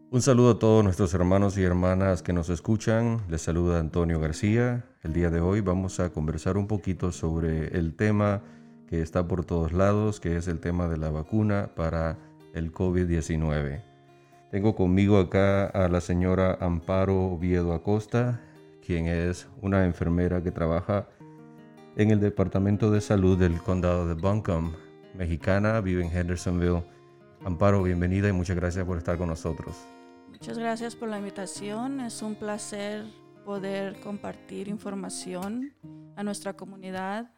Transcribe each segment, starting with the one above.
Un saludo a todos nuestros hermanos y hermanas que nos escuchan. Les saluda Antonio García. El día de hoy vamos a conversar un poquito sobre el tema que está por todos lados, que es el tema de la vacuna para el COVID-19. Tengo conmigo acá a la señora Amparo Oviedo Acosta, quien es una enfermera que trabaja en el Departamento de Salud del Condado de Buncombe, mexicana, vive en Hendersonville. Amparo, bienvenida y muchas gracias por estar con nosotros. Muchas gracias por la invitación. Es un placer poder compartir información a nuestra comunidad.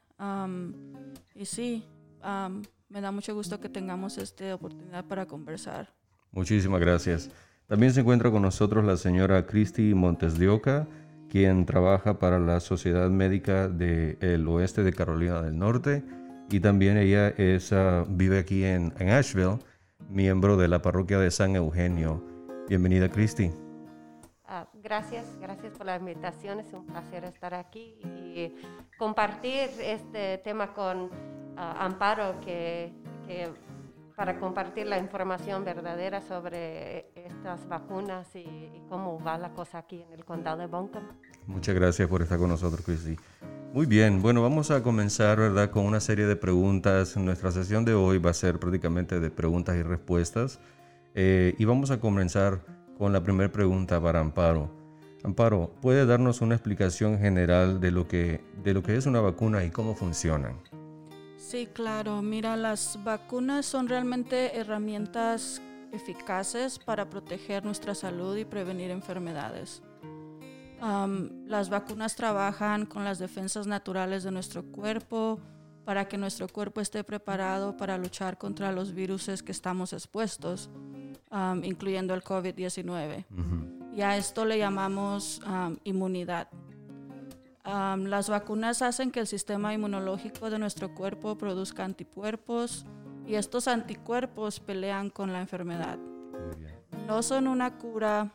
Y sí, me da mucho gusto que tengamos esta oportunidad para conversar. Muchísimas gracias. También se encuentra con nosotros la señora Cristi Montes de Oca, quien trabaja para la Sociedad Médica del Oeste de Carolina del Norte, y también ella vive aquí en Asheville, miembro de la parroquia de San Eugenio. Bienvenida, Cristi. Gracias por la invitación. Es un placer estar aquí y compartir este tema con Amparo, que para compartir la información verdadera sobre estas vacunas y cómo va la cosa aquí en el condado de Buncombe. Muchas gracias por estar con nosotros, Cristi. Muy bien, bueno, vamos a comenzar, ¿verdad?, con una serie de preguntas. Nuestra sesión de hoy va a ser prácticamente de preguntas y respuestas. Y vamos a comenzar con la primera pregunta para Amparo. Amparo, ¿puede darnos una explicación general de lo que es una vacuna y cómo funcionan? Sí, claro. Mira, las vacunas son realmente herramientas eficaces para proteger nuestra salud y prevenir enfermedades. Las vacunas trabajan con las defensas naturales de nuestro cuerpo para que nuestro cuerpo esté preparado para luchar contra los virus que estamos expuestos, incluyendo el COVID-19. Uh-huh. Y a esto le llamamos inmunidad. Las vacunas hacen que el sistema inmunológico de nuestro cuerpo produzca anticuerpos y estos anticuerpos pelean con la enfermedad. No son una cura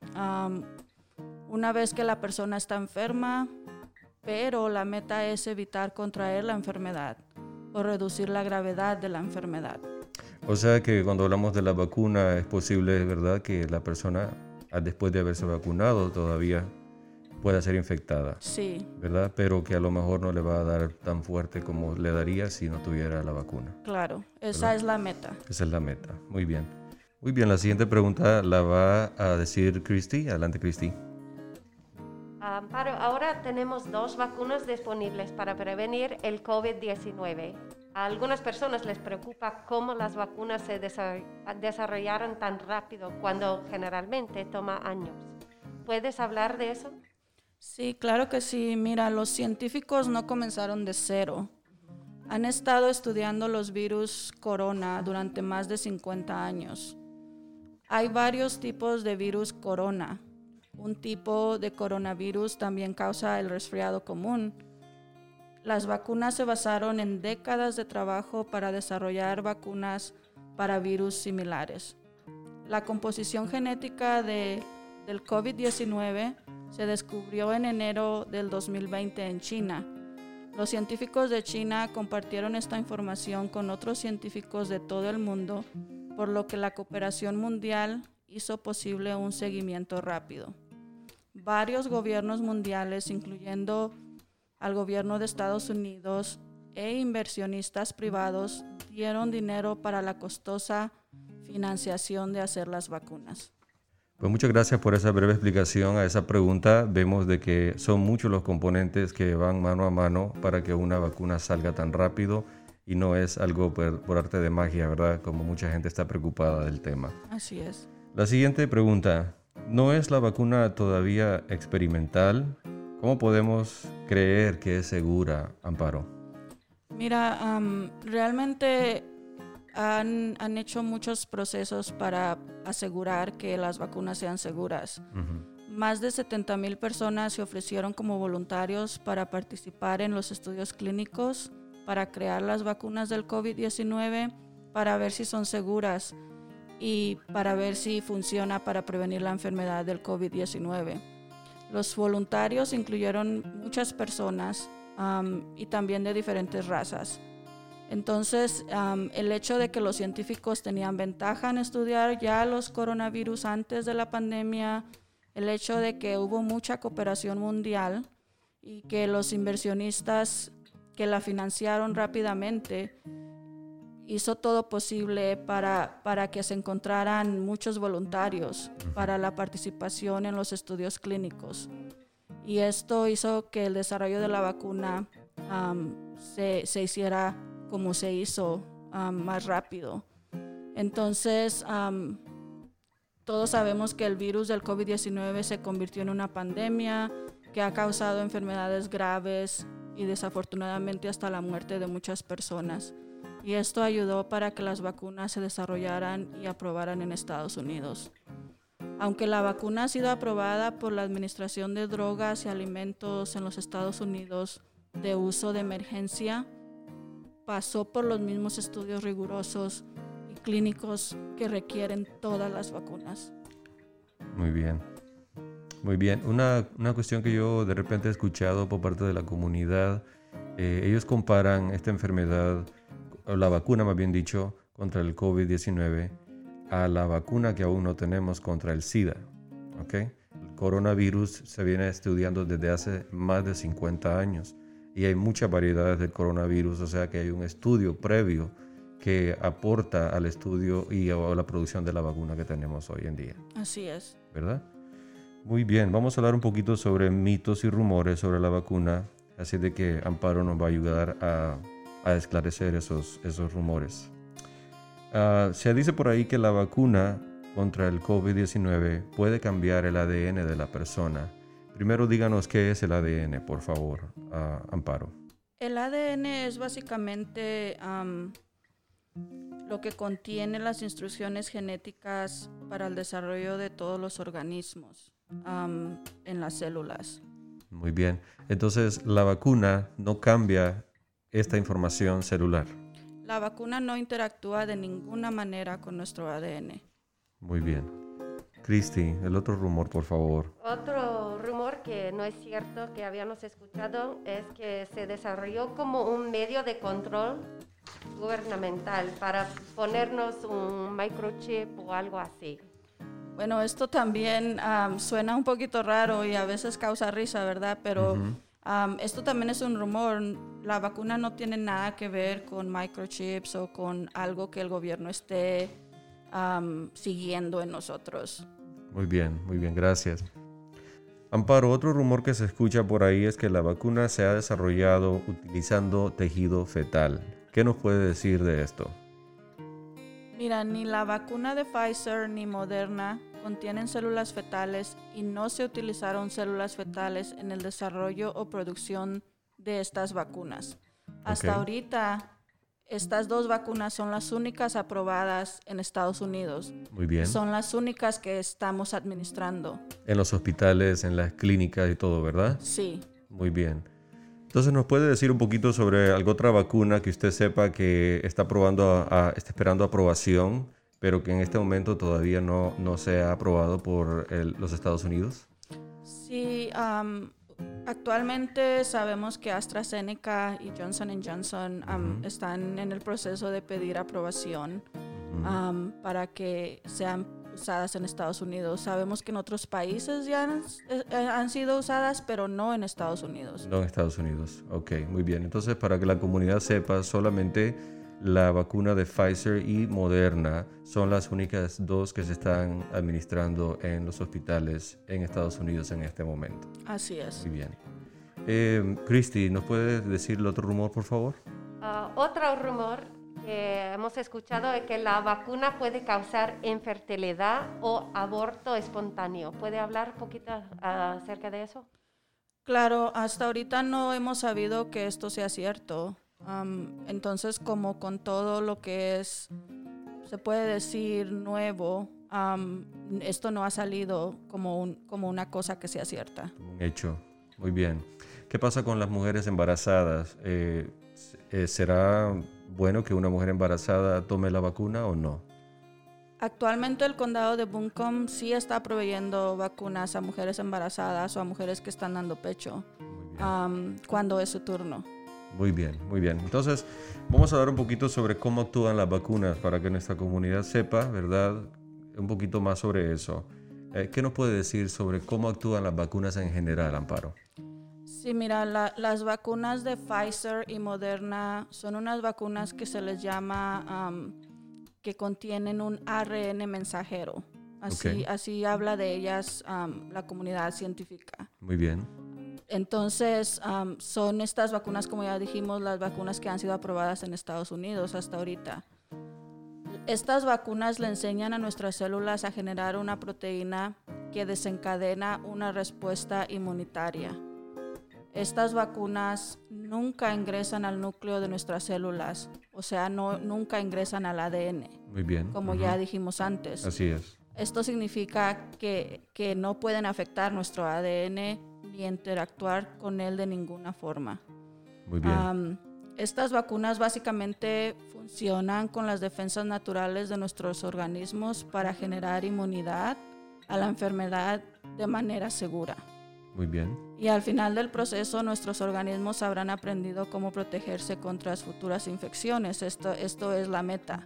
una vez que la persona está enferma, pero la meta es evitar contraer la enfermedad o reducir la gravedad de la enfermedad. O sea que cuando hablamos de la vacuna es posible, ¿verdad?, que la persona después de haberse vacunado todavía pueda ser infectada. Sí. ¿Verdad? Pero que a lo mejor no le va a dar tan fuerte como le daría si no tuviera la vacuna. Claro, esa ¿verdad? Es la meta. Esa es la meta. Muy bien. Muy bien, la siguiente pregunta la va a decir Cristi. Adelante, Cristi. Amparo, ahora tenemos 2 vacunas disponibles para prevenir el COVID-19. A algunas personas les preocupa cómo las vacunas se desarrollaron tan rápido cuando generalmente toma años. ¿Puedes hablar de eso? Sí, claro que sí. Mira, los científicos no comenzaron de cero. Han estado estudiando los virus corona durante más de 50 años. Hay varios tipos de virus corona. Un tipo de coronavirus también causa el resfriado común. Las vacunas se basaron en décadas de trabajo para desarrollar vacunas para virus similares. La composición genética del COVID-19 se descubrió en enero del 2020 en China. Los científicos de China compartieron esta información con otros científicos de todo el mundo, por lo que la cooperación mundial hizo posible un seguimiento rápido. Varios gobiernos mundiales, incluyendo al gobierno de Estados Unidos e inversionistas privados, dieron dinero para la costosa financiación de hacer las vacunas. Pues muchas gracias por esa breve explicación a esa pregunta. Vemos de que son muchos los componentes que van mano a mano para que una vacuna salga tan rápido y no es algo por arte de magia, ¿verdad? Como mucha gente está preocupada del tema. Así es. La siguiente pregunta, ¿no es la vacuna todavía experimental? ¿Cómo podemos creer que es segura, Amparo? Mira, realmente han hecho muchos procesos para asegurar que las vacunas sean seguras. Uh-huh. Más de 70,000 personas se ofrecieron como voluntarios para participar en los estudios clínicos para crear las vacunas del COVID-19 para ver si son seguras y para ver si funciona para prevenir la enfermedad del COVID-19. Los voluntarios incluyeron muchas personas y también de diferentes razas. Entonces, el hecho de que los científicos tenían ventaja en estudiar ya los coronavirus antes de la pandemia, el hecho de que hubo mucha cooperación mundial y que los inversionistas que la financiaron rápidamente hizo todo posible para que se encontraran muchos voluntarios para la participación en los estudios clínicos. Y esto hizo que el desarrollo de la vacuna se hiciera como se hizo más rápido. Entonces, todos sabemos que el virus del COVID-19 se convirtió en una pandemia que ha causado enfermedades graves y desafortunadamente hasta la muerte de muchas personas. Y esto ayudó para que las vacunas se desarrollaran y aprobaran en Estados Unidos. Aunque la vacuna ha sido aprobada por la Administración de Drogas y Alimentos en los Estados Unidos de uso de emergencia, pasó por los mismos estudios rigurosos y clínicos que requieren todas las vacunas. Muy bien. Muy bien. Una cuestión que yo de repente he escuchado por parte de la comunidad, ellos comparan esta enfermedad, o la vacuna más bien dicho, contra el COVID-19 a la vacuna que aún no tenemos contra el SIDA. ¿Okay? El coronavirus se viene estudiando desde hace más de 50 años y hay muchas variedades del coronavirus, o sea que hay un estudio previo que aporta al estudio y a la producción de la vacuna que tenemos hoy en día. Así es. ¿Verdad? Muy bien, vamos a hablar un poquito sobre mitos y rumores sobre la vacuna, así de que Amparo nos va a ayudar a esclarecer esos rumores. Se dice por ahí que la vacuna contra el COVID-19 puede cambiar el ADN de la persona. Primero díganos qué es el ADN, por favor, Amparo. El ADN es básicamente lo que contiene las instrucciones genéticas para el desarrollo de todos los organismos en las células. Muy bien. Entonces, la vacuna no cambia esta información celular. La vacuna no interactúa de ninguna manera con nuestro ADN. Muy bien. Cristi, el otro rumor, por favor. Otro rumor que no es cierto, que habíamos escuchado, es que se desarrolló como un medio de control gubernamental para ponernos un microchip o algo así. Bueno, esto también suena un poquito raro y a veces causa risa, ¿verdad? Pero esto también es un rumor. La vacuna no tiene nada que ver con microchips o con algo que el gobierno esté siguiendo en nosotros. Muy bien, gracias. Amparo, otro rumor que se escucha por ahí es que la vacuna se ha desarrollado utilizando tejido fetal. ¿Qué nos puede decir de esto? Mira, ni la vacuna de Pfizer ni Moderna contienen células fetales y no se utilizaron células fetales en el desarrollo o producción de estas vacunas. Hasta ahorita, estas dos vacunas son las únicas aprobadas en Estados Unidos. Muy bien. Son las únicas que estamos administrando. En los hospitales, en las clínicas y todo, ¿verdad? Sí. Muy bien. Entonces, ¿nos puede decir un poquito sobre alguna otra vacuna que usted sepa que está está esperando aprobación, pero que en este momento todavía no se ha aprobado por los Estados Unidos? Sí, actualmente sabemos que AstraZeneca y Johnson & Johnson están en el proceso de pedir aprobación para que sean usadas en Estados Unidos. Sabemos que en otros países ya han sido usadas, pero no en Estados Unidos. No en Estados Unidos. Ok, muy bien. Entonces, para que la comunidad sepa, solamente la vacuna de Pfizer y Moderna son las únicas dos que se están administrando en los hospitales en Estados Unidos en este momento. Así es. Muy bien. Cristi, ¿nos puedes decir el otro rumor, por favor? Otro rumor que hemos escuchado es que la vacuna puede causar infertilidad o aborto espontáneo. ¿Puede hablar un poquito acerca de eso? Claro, hasta ahorita no hemos sabido que esto sea cierto. Entonces, como con todo lo que es, se puede decir, nuevo, esto no ha salido como una cosa que sea cierta. Un hecho. Muy bien. ¿Qué pasa con las mujeres embarazadas? ¿Será bueno que una mujer embarazada tome la vacuna o no? Actualmente el condado de Buncombe sí está proveyendo vacunas a mujeres embarazadas o a mujeres que están dando pecho cuando es su turno. Muy bien, muy bien. Entonces, vamos a hablar un poquito sobre cómo actúan las vacunas para que nuestra comunidad sepa, ¿verdad? Un poquito más sobre eso. ¿Qué nos puede decir sobre cómo actúan las vacunas en general, Amparo? Sí, mira, las vacunas de Pfizer y Moderna son unas vacunas que se les llama, que contienen un ARN mensajero. Así habla de ellas la comunidad científica. Muy bien. Entonces, son estas vacunas, como ya dijimos, las vacunas que han sido aprobadas en Estados Unidos hasta ahorita. Estas vacunas le enseñan a nuestras células a generar una proteína que desencadena una respuesta inmunitaria. Estas vacunas nunca ingresan al núcleo de nuestras células, o sea, nunca ingresan al ADN. Muy bien. Como ya dijimos antes. Así es. Esto significa que no pueden afectar nuestro ADN ni interactuar con él de ninguna forma. Muy bien. Estas vacunas básicamente funcionan con las defensas naturales de nuestros organismos para generar inmunidad a la enfermedad de manera segura. Muy bien. Y al final del proceso, nuestros organismos habrán aprendido cómo protegerse contra las futuras infecciones. Esto es la meta.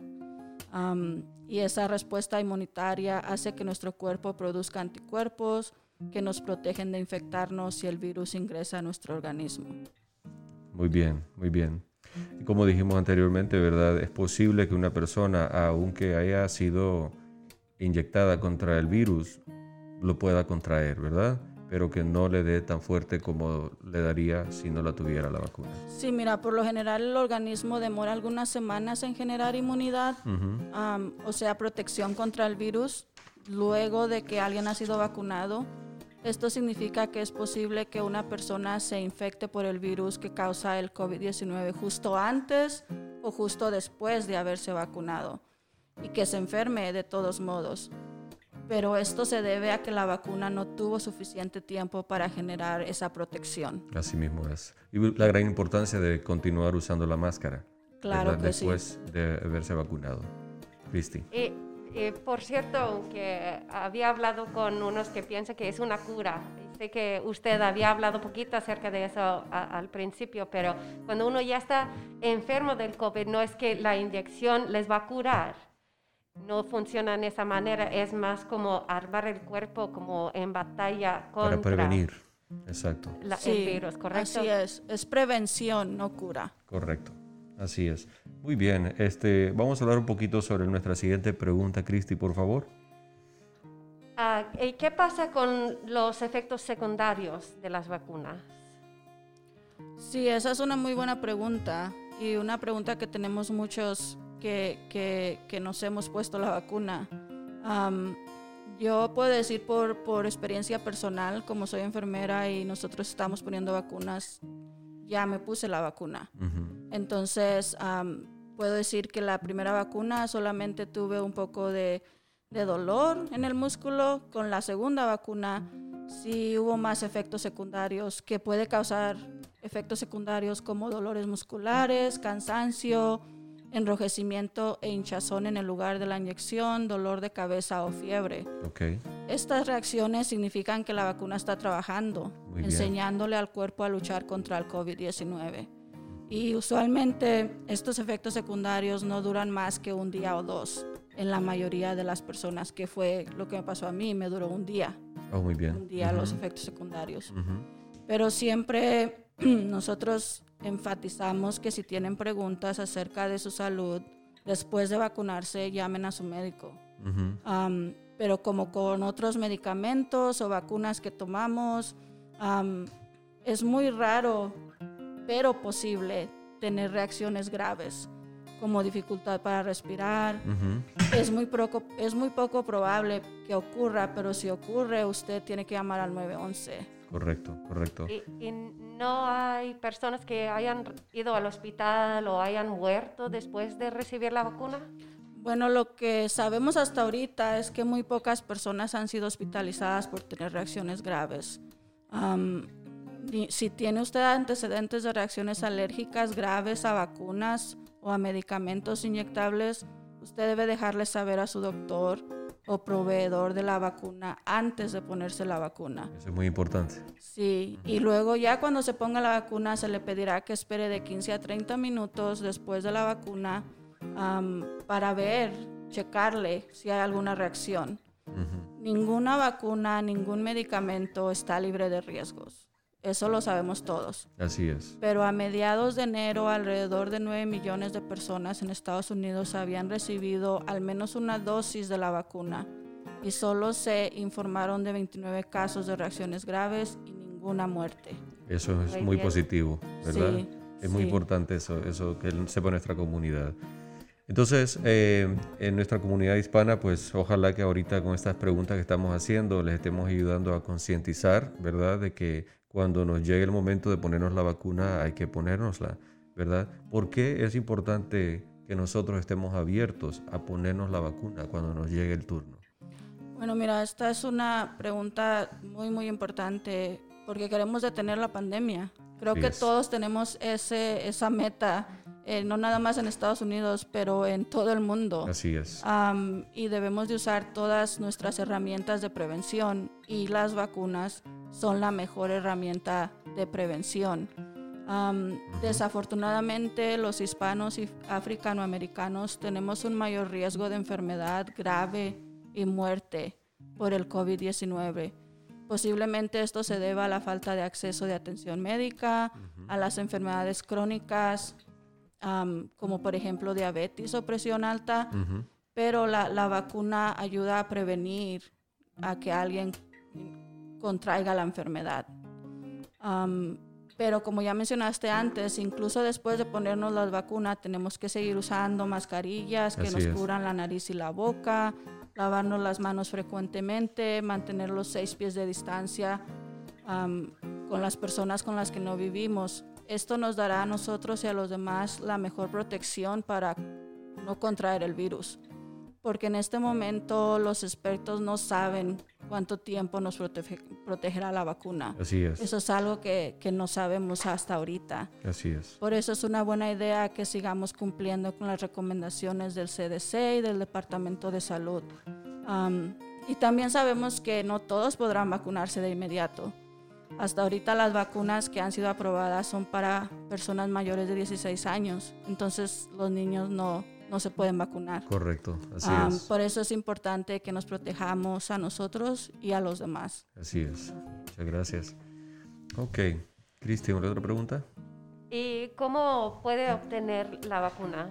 Y esa respuesta inmunitaria hace que nuestro cuerpo produzca anticuerpos que nos protegen de infectarnos si el virus ingresa a nuestro organismo. Muy bien, muy bien. Y como dijimos anteriormente, ¿verdad? Es posible que una persona, aunque haya sido inyectada contra el virus, lo pueda contraer, ¿verdad? Pero que no le dé tan fuerte como le daría si no la tuviera la vacuna. Sí, mira, por lo general el organismo demora algunas semanas en generar inmunidad, o sea, protección contra el virus, luego de que alguien ha sido vacunado. Esto significa que es posible que una persona se infecte por el virus que causa el COVID-19 justo antes o justo después de haberse vacunado y que se enferme de todos modos. Pero esto se debe a que la vacuna no tuvo suficiente tiempo para generar esa protección. Así mismo es. Y la gran importancia de continuar usando la máscara. Claro, ¿verdad? que después de haberse vacunado. Cristi. Por cierto, que había hablado con unos que piensan que es una cura. Sé que usted había hablado un poquito acerca de eso al principio, pero cuando uno ya está enfermo del COVID, no es que la inyección les va a curar. No funciona de esa manera, es más como armar el cuerpo como en batalla contra... Para prevenir, exacto. El virus, ¿correcto? Así es prevención, no cura. Correcto, así es. Muy bien, vamos a hablar un poquito sobre nuestra siguiente pregunta, Cristi, por favor. ¿Qué pasa con los efectos secundarios de las vacunas? Sí, esa es una muy buena pregunta y una pregunta que tenemos muchos que nos hemos puesto la vacuna. Yo puedo decir por experiencia personal, como soy enfermera y nosotros estamos poniendo vacunas, ya me puse la vacuna. Entonces, puedo decir que la primera vacuna solamente tuve un poco de dolor en el músculo. Con la segunda vacuna sí hubo más efectos secundarios que puede causar efectos secundarios como dolores musculares, cansancio, enrojecimiento e hinchazón en el lugar de la inyección, dolor de cabeza o fiebre. Okay. Estas reacciones significan que la vacuna está trabajando, enseñándole al cuerpo a luchar contra el COVID-19. Y usualmente estos efectos secundarios no duran más que un día o dos. En la mayoría de las personas, que fue lo que me pasó a mí, me duró un día. Oh, muy bien. Un día los efectos secundarios. Pero siempre nosotros enfatizamos que si tienen preguntas acerca de su salud, después de vacunarse, llamen a su médico. Pero como con otros medicamentos o vacunas que tomamos, es muy raro, pero posible, tener reacciones graves, como dificultad para respirar. Es muy poco probable que ocurra, pero si ocurre, usted tiene que llamar al 911. Correcto. ¿Y no hay personas que hayan ido al hospital o hayan muerto después de recibir la vacuna? Bueno, lo que sabemos hasta ahorita es que muy pocas personas han sido hospitalizadas por tener reacciones graves. Si tiene usted antecedentes de reacciones alérgicas graves a vacunas o a medicamentos inyectables, usted debe dejarle saber a su doctor o proveedor de la vacuna antes de ponerse la vacuna. Eso es muy importante. Sí, y luego ya cuando se ponga la vacuna se le pedirá que espere de 15 a 30 minutos después de la vacuna para checarle si hay alguna reacción. Ninguna vacuna, ningún medicamento está libre de riesgos. Eso lo sabemos todos. Así es. Pero a mediados de enero, alrededor de 9 millones de personas en Estados Unidos habían recibido al menos una dosis de la vacuna y solo se informaron de 29 casos de reacciones graves y ninguna muerte. Eso es muy positivo, ¿verdad? Sí, es muy importante eso que sepa nuestra comunidad. Entonces, en nuestra comunidad hispana, pues ojalá que ahorita con estas preguntas que estamos haciendo les estemos ayudando a concientizar, ¿verdad? De que cuando nos llegue el momento de ponernos la vacuna hay que ponérnosla, ¿verdad? ¿Por qué es importante que nosotros estemos abiertos a ponernos la vacuna cuando nos llegue el turno? Bueno, mira, esta es una pregunta muy, muy importante porque queremos detener la pandemia. Creo que todos tenemos esa meta, no nada más en Estados Unidos, pero en todo el mundo. Así es. Y debemos de usar todas nuestras herramientas de prevención y las vacunas son la mejor herramienta de prevención. Desafortunadamente, los hispanos y africanoamericanos tenemos un mayor riesgo de enfermedad grave y muerte por el COVID-19. Posiblemente esto se deba a la falta de acceso de atención médica, a las enfermedades crónicas, como por ejemplo diabetes o presión alta, pero la vacuna ayuda a prevenir a que alguien contraiga la enfermedad. Pero como ya mencionaste antes, incluso después de ponernos la vacuna tenemos que seguir usando mascarillas que nos cubran la nariz y la boca, lavarnos las manos frecuentemente, mantener los 6 pies de distancia con las personas con las que no vivimos. Esto nos dará a nosotros y a los demás la mejor protección para no contraer el virus, porque en este momento los expertos no saben cuánto tiempo nos protegerá la vacuna. Así es. Eso es algo que no sabemos hasta ahorita. Así es. Por eso es una buena idea que sigamos cumpliendo con las recomendaciones del CDC y del Departamento de Salud. Y también sabemos que no todos podrán vacunarse de inmediato. Hasta ahorita las vacunas que han sido aprobadas son para personas mayores de 16 años. Entonces los niños no se pueden vacunar. Correcto, así es. Por eso es importante que nos protejamos a nosotros y a los demás. Así es. Muchas gracias. Ok. Cristian, ¿otra pregunta? ¿Y cómo puede obtener la vacuna?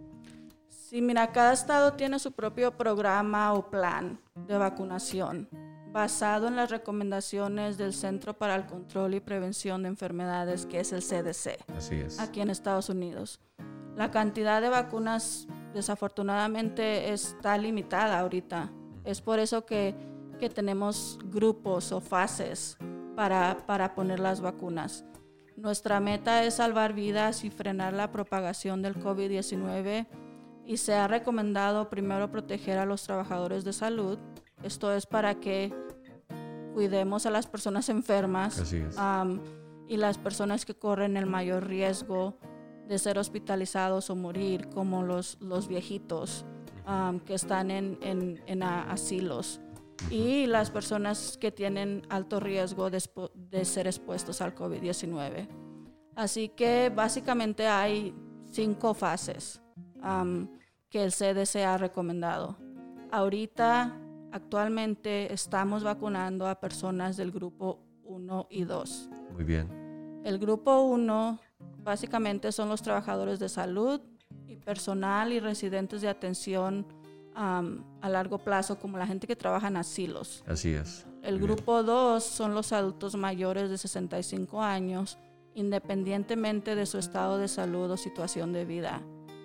Sí, mira, cada estado tiene su propio programa o plan de vacunación basado en las recomendaciones del Centro para el Control y Prevención de Enfermedades, que es el CDC. Así es. Aquí en Estados Unidos. La cantidad de vacunas desafortunadamente está limitada ahorita. Es por eso que tenemos grupos o fases para poner las vacunas. Nuestra meta es salvar vidas y frenar la propagación del COVID-19 y se ha recomendado primero proteger a los trabajadores de salud. Esto es para que cuidemos a las personas enfermas. Así es. Y las personas que corren el mayor riesgo de ser hospitalizados o morir, como los viejitos que están en asilos, y las personas que tienen alto riesgo de ser expuestos al COVID-19. Así que básicamente hay 5 fases que el CDC ha recomendado. Ahorita, actualmente, estamos vacunando a personas del grupo 1 y 2. Muy bien. El grupo 1 básicamente son los trabajadores de salud y personal y residentes de atención a largo plazo, como la gente que trabaja en asilos. Así es. El grupo 2 son los adultos mayores de 65 años, independientemente de su estado de salud o situación de vida.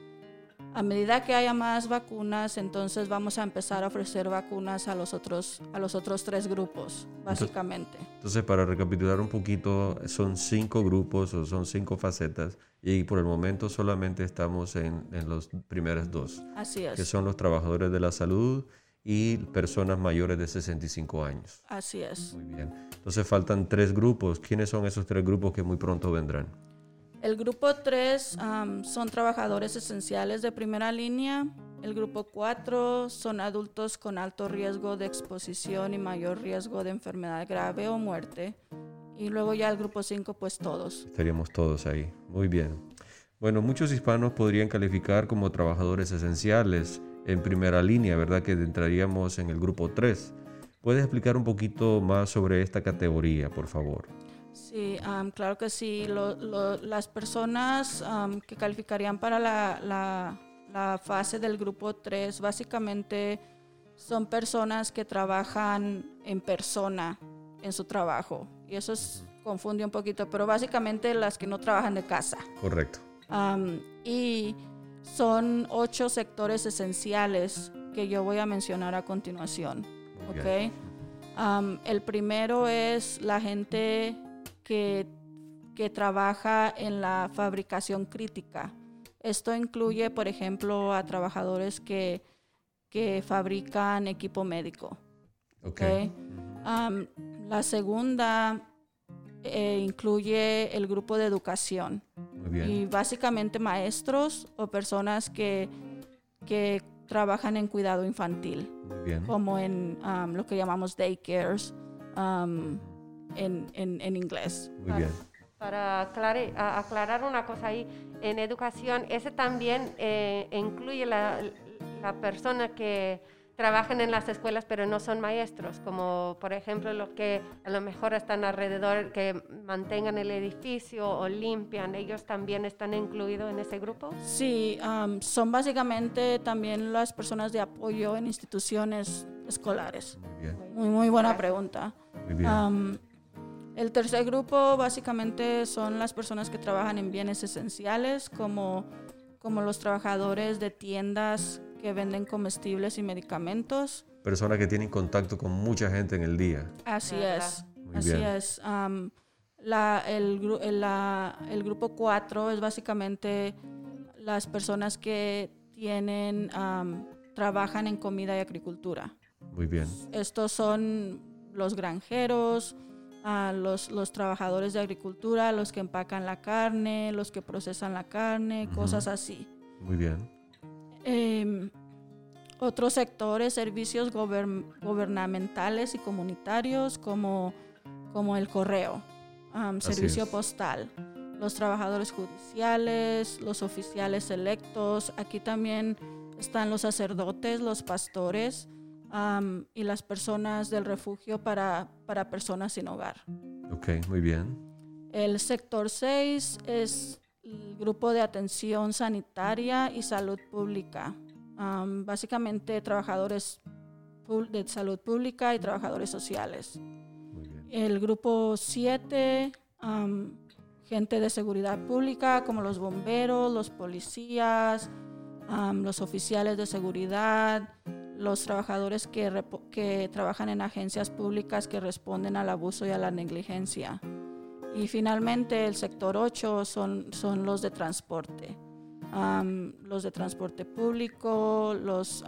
A medida que haya más vacunas, entonces vamos a empezar a ofrecer vacunas a los otros 3 grupos, básicamente. Entonces, para recapitular un poquito, son 5 grupos o son 5 facetas y por el momento solamente estamos en los primeros 2. Así es. Que son los trabajadores de la salud y personas mayores de 65 años. Así es. Muy bien. Entonces faltan 3 grupos. ¿Quiénes son esos 3 grupos que muy pronto vendrán? El grupo 3 son trabajadores esenciales de primera línea. El grupo 4 son adultos con alto riesgo de exposición y mayor riesgo de enfermedad grave o muerte. Y luego ya el grupo 5, pues todos. Estaríamos todos ahí. Muy bien. Bueno, muchos hispanos podrían calificar como trabajadores esenciales en primera línea, ¿verdad? Que entraríamos en el grupo 3. ¿Puedes explicar un poquito más sobre esta categoría, por favor? Sí, claro que sí. Las personas que calificarían para la fase del grupo 3 básicamente son personas que trabajan en persona en su trabajo. Y eso confunde un poquito, pero básicamente las que no trabajan de casa. Correcto. Y son 8 sectores esenciales que yo voy a mencionar a continuación. ¿Okay? El primero es la gente que trabaja en la fabricación crítica. Esto incluye, por ejemplo, a trabajadores que fabrican equipo médico. Okay. La segunda incluye el grupo de educación. Muy bien. Y básicamente maestros o personas que trabajan en cuidado infantil. Muy bien. Como en lo que llamamos daycares en inglés. Muy bien. Para aclarar una cosa ahí, en educación, ese también incluye la persona que trabajan en las escuelas pero no son maestros, como por ejemplo los que a lo mejor están alrededor, que mantengan el edificio o limpian, ¿ellos también están incluidos en ese grupo? Sí, son básicamente también las personas de apoyo en instituciones escolares. Muy bien. Muy buena pregunta. Muy bien. El tercer grupo básicamente son las personas que trabajan en bienes esenciales, como los trabajadores de tiendas que venden comestibles y medicamentos. Personas que tienen contacto con mucha gente en el día. Así es. Muy Así bien. es. El grupo 4 es básicamente las personas que trabajan en comida y agricultura. Muy bien. Estos son los granjeros, los trabajadores de agricultura, los que empacan la carne, los que procesan la carne, cosas así. Muy bien. Otros sectores, servicios gubernamentales y comunitarios como el correo, servicio postal, los trabajadores judiciales, los oficiales electos. Aquí también están los sacerdotes, los pastores y las personas del refugio para personas sin hogar. Ok, muy bien. El sector 6 es el grupo de atención sanitaria y salud pública. Básicamente trabajadores de salud pública y trabajadores sociales. Muy bien. El grupo 7, gente de seguridad pública como los bomberos, los policías, los oficiales de seguridad, los trabajadores que trabajan en agencias públicas que responden al abuso y a la negligencia. Y finalmente el sector 8 son los de transporte. Los de transporte público, los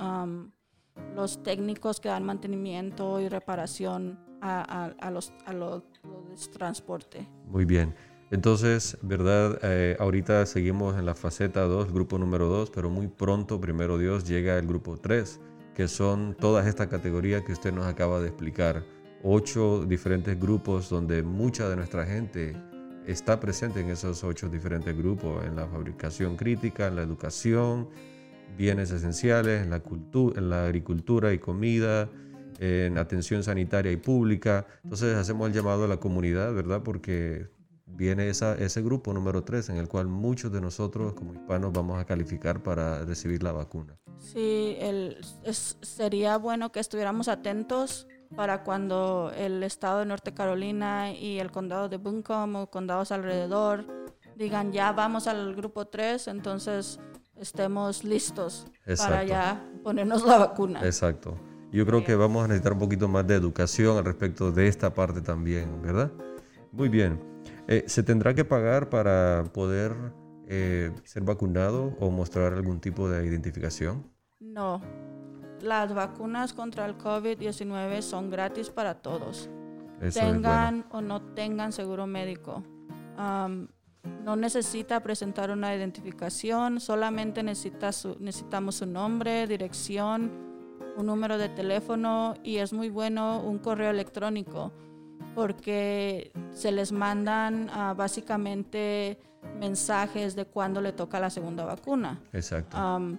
técnicos que dan mantenimiento y reparación a los de transporte. Muy bien. Entonces, ¿verdad? Ahorita seguimos en la faceta 2, grupo número 2, pero muy pronto, primero Dios, llega el grupo 3, que son todas estas categorías que usted nos acaba de explicar. 8 diferentes grupos donde mucha de nuestra gente está presente en esos 8 diferentes grupos, en la fabricación crítica, en la educación, bienes esenciales, en la agricultura y comida, en atención sanitaria y pública. Entonces hacemos el llamado a la comunidad, ¿verdad? Porque viene ese grupo número 3 en el cual muchos de nosotros como hispanos vamos a calificar para recibir la vacuna. Sí, sería bueno que estuviéramos atentos para cuando el estado de Norte Carolina y el condado de Buncombe o condados alrededor digan ya vamos al grupo 3, entonces estemos listos. Exacto. Para ya ponernos la vacuna. Exacto. Yo creo que vamos a necesitar un poquito más de educación al respecto de esta parte también, ¿verdad? Muy bien. ¿Se tendrá que pagar para poder ser vacunado o mostrar algún tipo de identificación? No. Las vacunas contra el COVID-19 son gratis para todos. Eso tengan es bueno. o no tengan seguro médico. No necesita presentar una identificación, solamente necesitamos su nombre, dirección, un número de teléfono y es muy bueno un correo electrónico porque se les mandan básicamente mensajes de cuándo le toca la segunda vacuna. Exacto.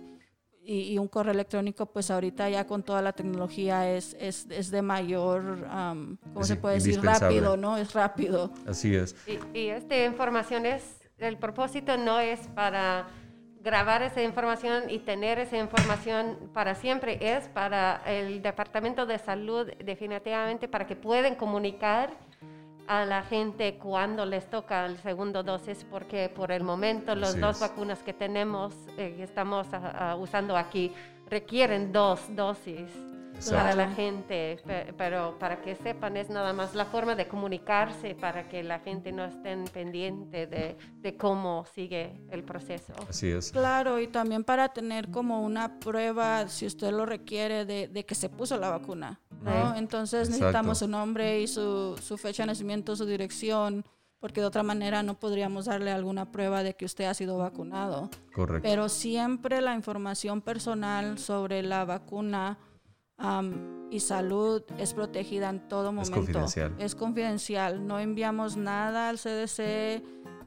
Y un correo electrónico, pues ahorita ya con toda la tecnología es de mayor, ¿cómo se puede decir? Rápido, ¿no? Es rápido. Así es. Y esta información el propósito no es para grabar esa información y tener esa información para siempre, es para el Departamento de Salud definitivamente para que puedan comunicar a la gente cuando les toca el segundo dosis, porque por el momento las dos vacunas que tenemos, que estamos usando aquí, requieren 2 dosis. Exacto. Para la gente, pero para que sepan es nada más la forma de comunicarse para que la gente no esté pendiente de cómo sigue el proceso. Así es. Claro, y también para tener como una prueba, si usted lo requiere, de que se puso la vacuna, ¿no? Entonces necesitamos su nombre y su fecha de nacimiento, su dirección, porque de otra manera no podríamos darle alguna prueba de que usted ha sido vacunado. Correcto. Pero siempre la información personal sobre la vacuna y salud es protegida en todo momento. Es confidencial. No enviamos nada al CDC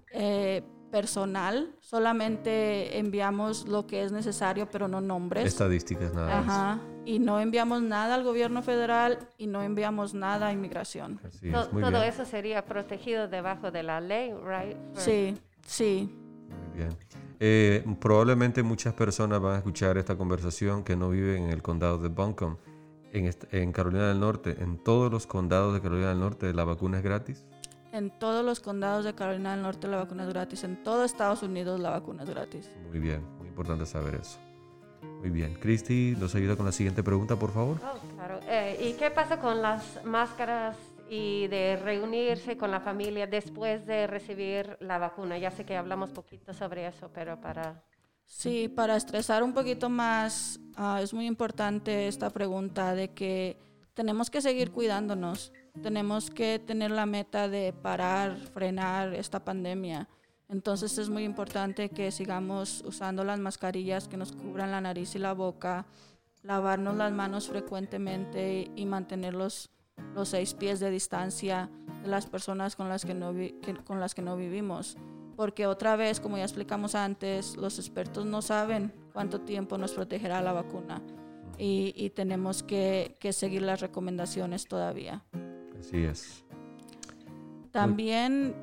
personal, solamente enviamos lo que es necesario, pero no nombres. Estadísticas, nada más. Y no enviamos nada al gobierno federal y no enviamos nada a inmigración. Así es, muy todo bien. eso sería protegido debajo de la ley, ¿right? Sí. Muy bien. Probablemente muchas personas van a escuchar esta conversación que no viven en el condado de Buncombe, en Carolina del Norte. ¿En todos los condados de Carolina del Norte la vacuna es gratis? En todos los condados de Carolina del Norte la vacuna es gratis. En todo Estados Unidos la vacuna es gratis. Muy bien, muy importante saber eso. Muy bien. Cristi, ¿nos ayuda con la siguiente pregunta, por favor? Claro. ¿Y qué pasa con las máscaras y de reunirse con la familia después de recibir la vacuna? Ya sé que hablamos poquito sobre eso, pero para... Sí, para estresar un poquito más, es muy importante esta pregunta de que tenemos que seguir cuidándonos. Tenemos que tener la meta de frenar esta pandemia. Entonces es muy importante que sigamos usando las mascarillas que nos cubran la nariz y la boca, lavarnos las manos frecuentemente y mantener los 6 pies de distancia de las personas con las que no vivimos. Porque otra vez, como ya explicamos antes, los expertos no saben cuánto tiempo nos protegerá la vacuna y tenemos que seguir las recomendaciones todavía. Así es. También,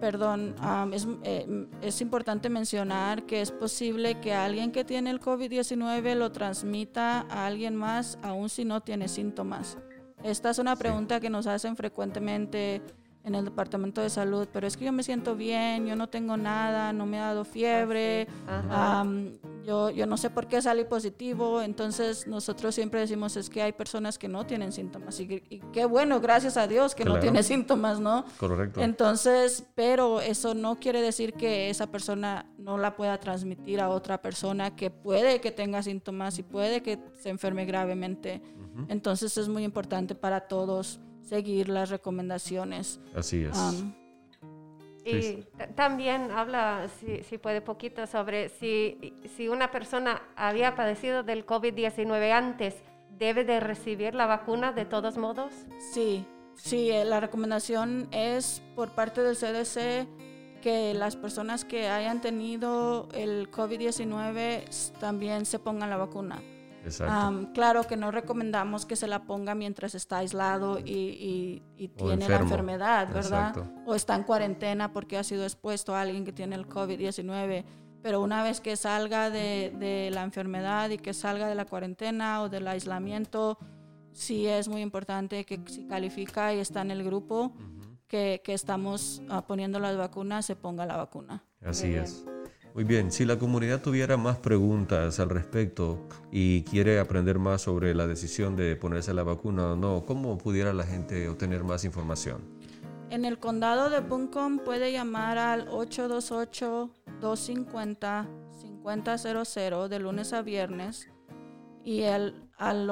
es importante mencionar que es posible que alguien que tiene el COVID-19 lo transmita a alguien más, aun si no tiene síntomas. Esta es una pregunta que nos hacen frecuentemente en el Departamento de Salud, pero es que yo me siento bien, yo no tengo nada, no me ha dado fiebre, yo no sé por qué salí positivo. Entonces nosotros siempre decimos es que hay personas que no tienen síntomas y qué bueno, gracias a Dios que no tiene síntomas, ¿no? Correcto. Entonces, pero eso no quiere decir que esa persona no la pueda transmitir a otra persona que puede que tenga síntomas y puede que se enferme gravemente. Entonces es muy importante para todos seguir las recomendaciones. Así es. Y también habla, si puede, poquito sobre si una persona había padecido del COVID-19 antes, ¿debe de recibir la vacuna de todos modos? Sí, la recomendación es por parte del CDC que las personas que hayan tenido el COVID-19 también se pongan la vacuna. Claro que no recomendamos que se la ponga mientras está aislado y tiene la enfermedad, ¿verdad? Exacto. O está en cuarentena porque ha sido expuesto a alguien que tiene el COVID-19. Pero una vez que salga de la enfermedad y que salga de la cuarentena o del aislamiento, sí es muy importante que si califica y está en el grupo que estamos poniendo las vacunas, se ponga la vacuna. Así es. Muy bien, si la comunidad tuviera más preguntas al respecto y quiere aprender más sobre la decisión de ponerse la vacuna o no, ¿cómo pudiera la gente obtener más información? En el condado de Buncombe puede llamar al 828-250-5000 de lunes a viernes y el al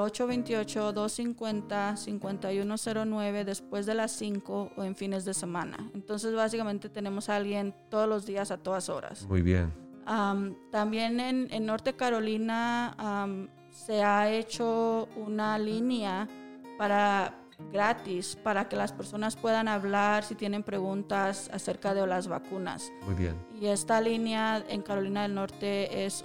828-250-5109 después de las 5 o en fines de semana. Entonces, básicamente tenemos a alguien todos los días a todas horas. Muy bien. También en Norte Carolina se ha hecho una línea gratis para que las personas puedan hablar si tienen preguntas acerca de las vacunas. Muy bien. Y esta línea en Carolina del Norte es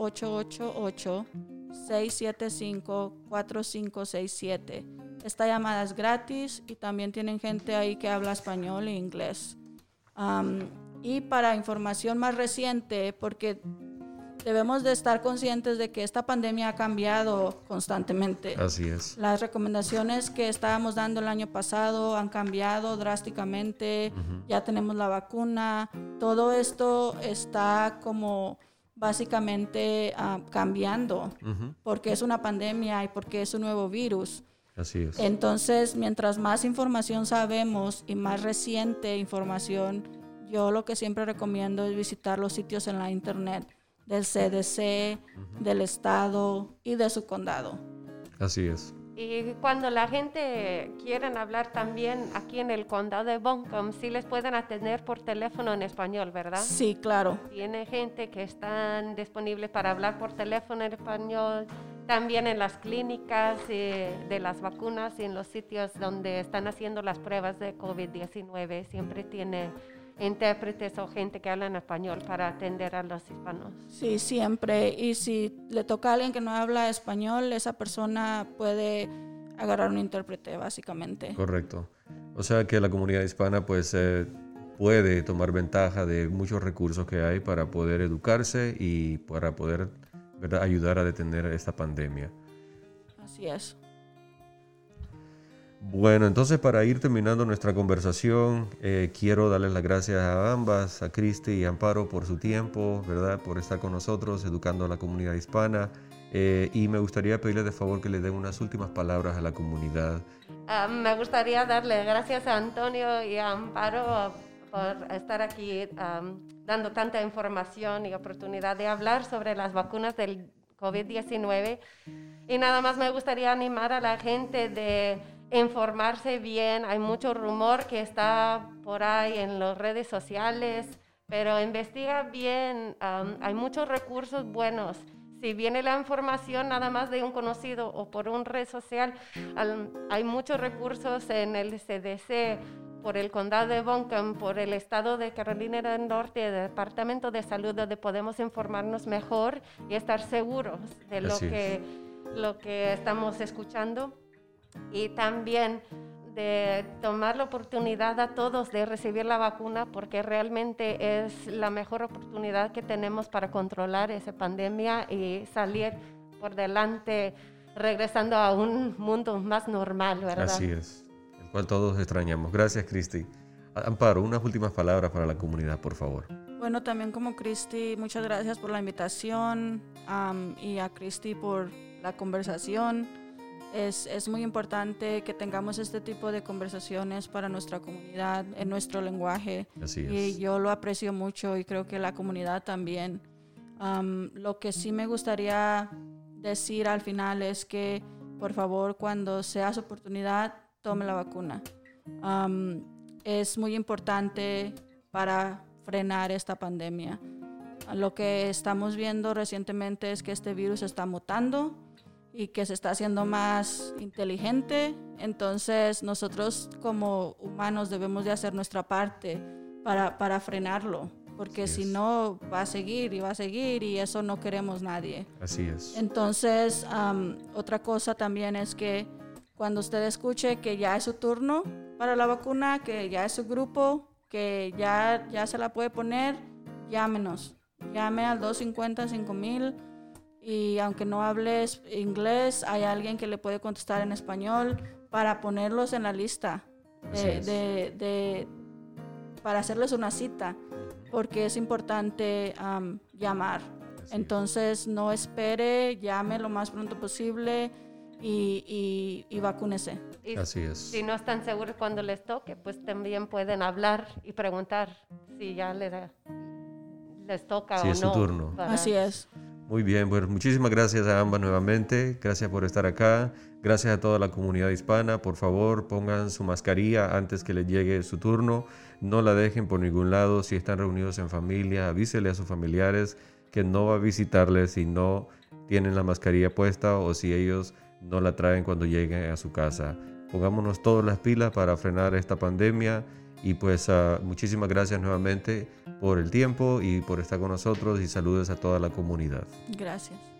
1-888-675-4567. Esta llamada es gratis y también tienen gente ahí que habla español e inglés. Y para información más reciente, porque debemos de estar conscientes de que esta pandemia ha cambiado constantemente. Así es. Las recomendaciones que estábamos dando el año pasado han cambiado drásticamente. Ya tenemos la vacuna. Todo esto está como básicamente cambiando porque es una pandemia y porque es un nuevo virus. Así es. Entonces, mientras más información sabemos y más reciente información, yo lo que siempre recomiendo es visitar los sitios en la internet del CDC, del estado y de su condado. Así es. Y cuando la gente quiere hablar también aquí en el condado de Buncombe, sí les pueden atender por teléfono en español, ¿verdad? Sí, claro. Tiene gente que están disponibles para hablar por teléfono en español, también en las clínicas de las vacunas y en los sitios donde están haciendo las pruebas de COVID-19. Siempre tiene intérpretes o gente que habla en español para atender a los hispanos. Sí, siempre. Y si le toca a alguien que no habla español, esa persona puede agarrar un intérprete, básicamente. Correcto. O sea que la comunidad hispana pues puede tomar ventaja de muchos recursos que hay para poder educarse y para poder, ¿verdad?, ayudar a detener esta pandemia. Así es. Bueno, entonces para ir terminando nuestra conversación, quiero darles las gracias a ambas, a Cristi y Amparo, por su tiempo, ¿verdad?, por estar con nosotros educando a la comunidad hispana. Y me gustaría pedirles de favor que le den unas últimas palabras a la comunidad. Me gustaría darle gracias a Antonio y a Amparo por estar aquí dando tanta información y oportunidad de hablar sobre las vacunas del COVID-19. Y nada más me gustaría animar a la gente de informarse bien. Hay mucho rumor que está por ahí en las redes sociales, pero investiga bien. Hay muchos recursos buenos. Si viene la información nada más de un conocido o por una red social, hay muchos recursos en el CDC, por el condado de Buncombe, por el estado de Carolina del Norte, el Departamento de Salud, donde podemos informarnos mejor y estar seguros de lo que estamos escuchando. Y también de tomar la oportunidad a todos de recibir la vacuna, porque realmente es la mejor oportunidad que tenemos para controlar esa pandemia y salir por delante, regresando a un mundo más normal, ¿verdad? Así es, el cual todos extrañamos. Gracias, Cristi. Amparo, unas últimas palabras para la comunidad, por favor. Bueno, también como Cristi, muchas gracias por la invitación y a Cristi por la conversación. Es muy importante que tengamos este tipo de conversaciones para nuestra comunidad, en nuestro lenguaje. Así es. Y yo lo aprecio mucho y creo que la comunidad también. Lo que sí me gustaría decir al final es que, por favor, cuando sea su oportunidad, tome la vacuna. Es muy importante para frenar esta pandemia. Lo que estamos viendo recientemente es que este virus está mutando y que se está haciendo más inteligente. Entonces nosotros como humanos debemos de hacer nuestra parte para frenarlo, porque si no va a seguir y eso no queremos nadie. Así es. Entonces otra cosa también es que cuando usted escuche que ya es su turno para la vacuna, que ya es su grupo, que ya se la puede poner, llámenos. Llame al 250-5000. Y aunque no hables inglés, hay alguien que le puede contestar en español para ponerlos en la lista, para hacerles una cita, porque es importante llamar. Entonces no espere, llame lo más pronto posible y vacúnese. Así es. Si no están seguros cuando les toque, pues también pueden hablar y preguntar si ya les toca o no. Sí, es su turno. Así es. Muy bien, pues muchísimas gracias a ambas nuevamente. Gracias por estar acá. Gracias a toda la comunidad hispana. Por favor, pongan su mascarilla antes que les llegue su turno. No la dejen por ningún lado. Si están reunidos en familia, avísele a sus familiares que no va a visitarles si no tienen la mascarilla puesta o si ellos no la traen cuando lleguen a su casa. Pongámonos todas las pilas para frenar esta pandemia. Y pues muchísimas gracias nuevamente por el tiempo y por estar con nosotros, y saludos a toda la comunidad. Gracias.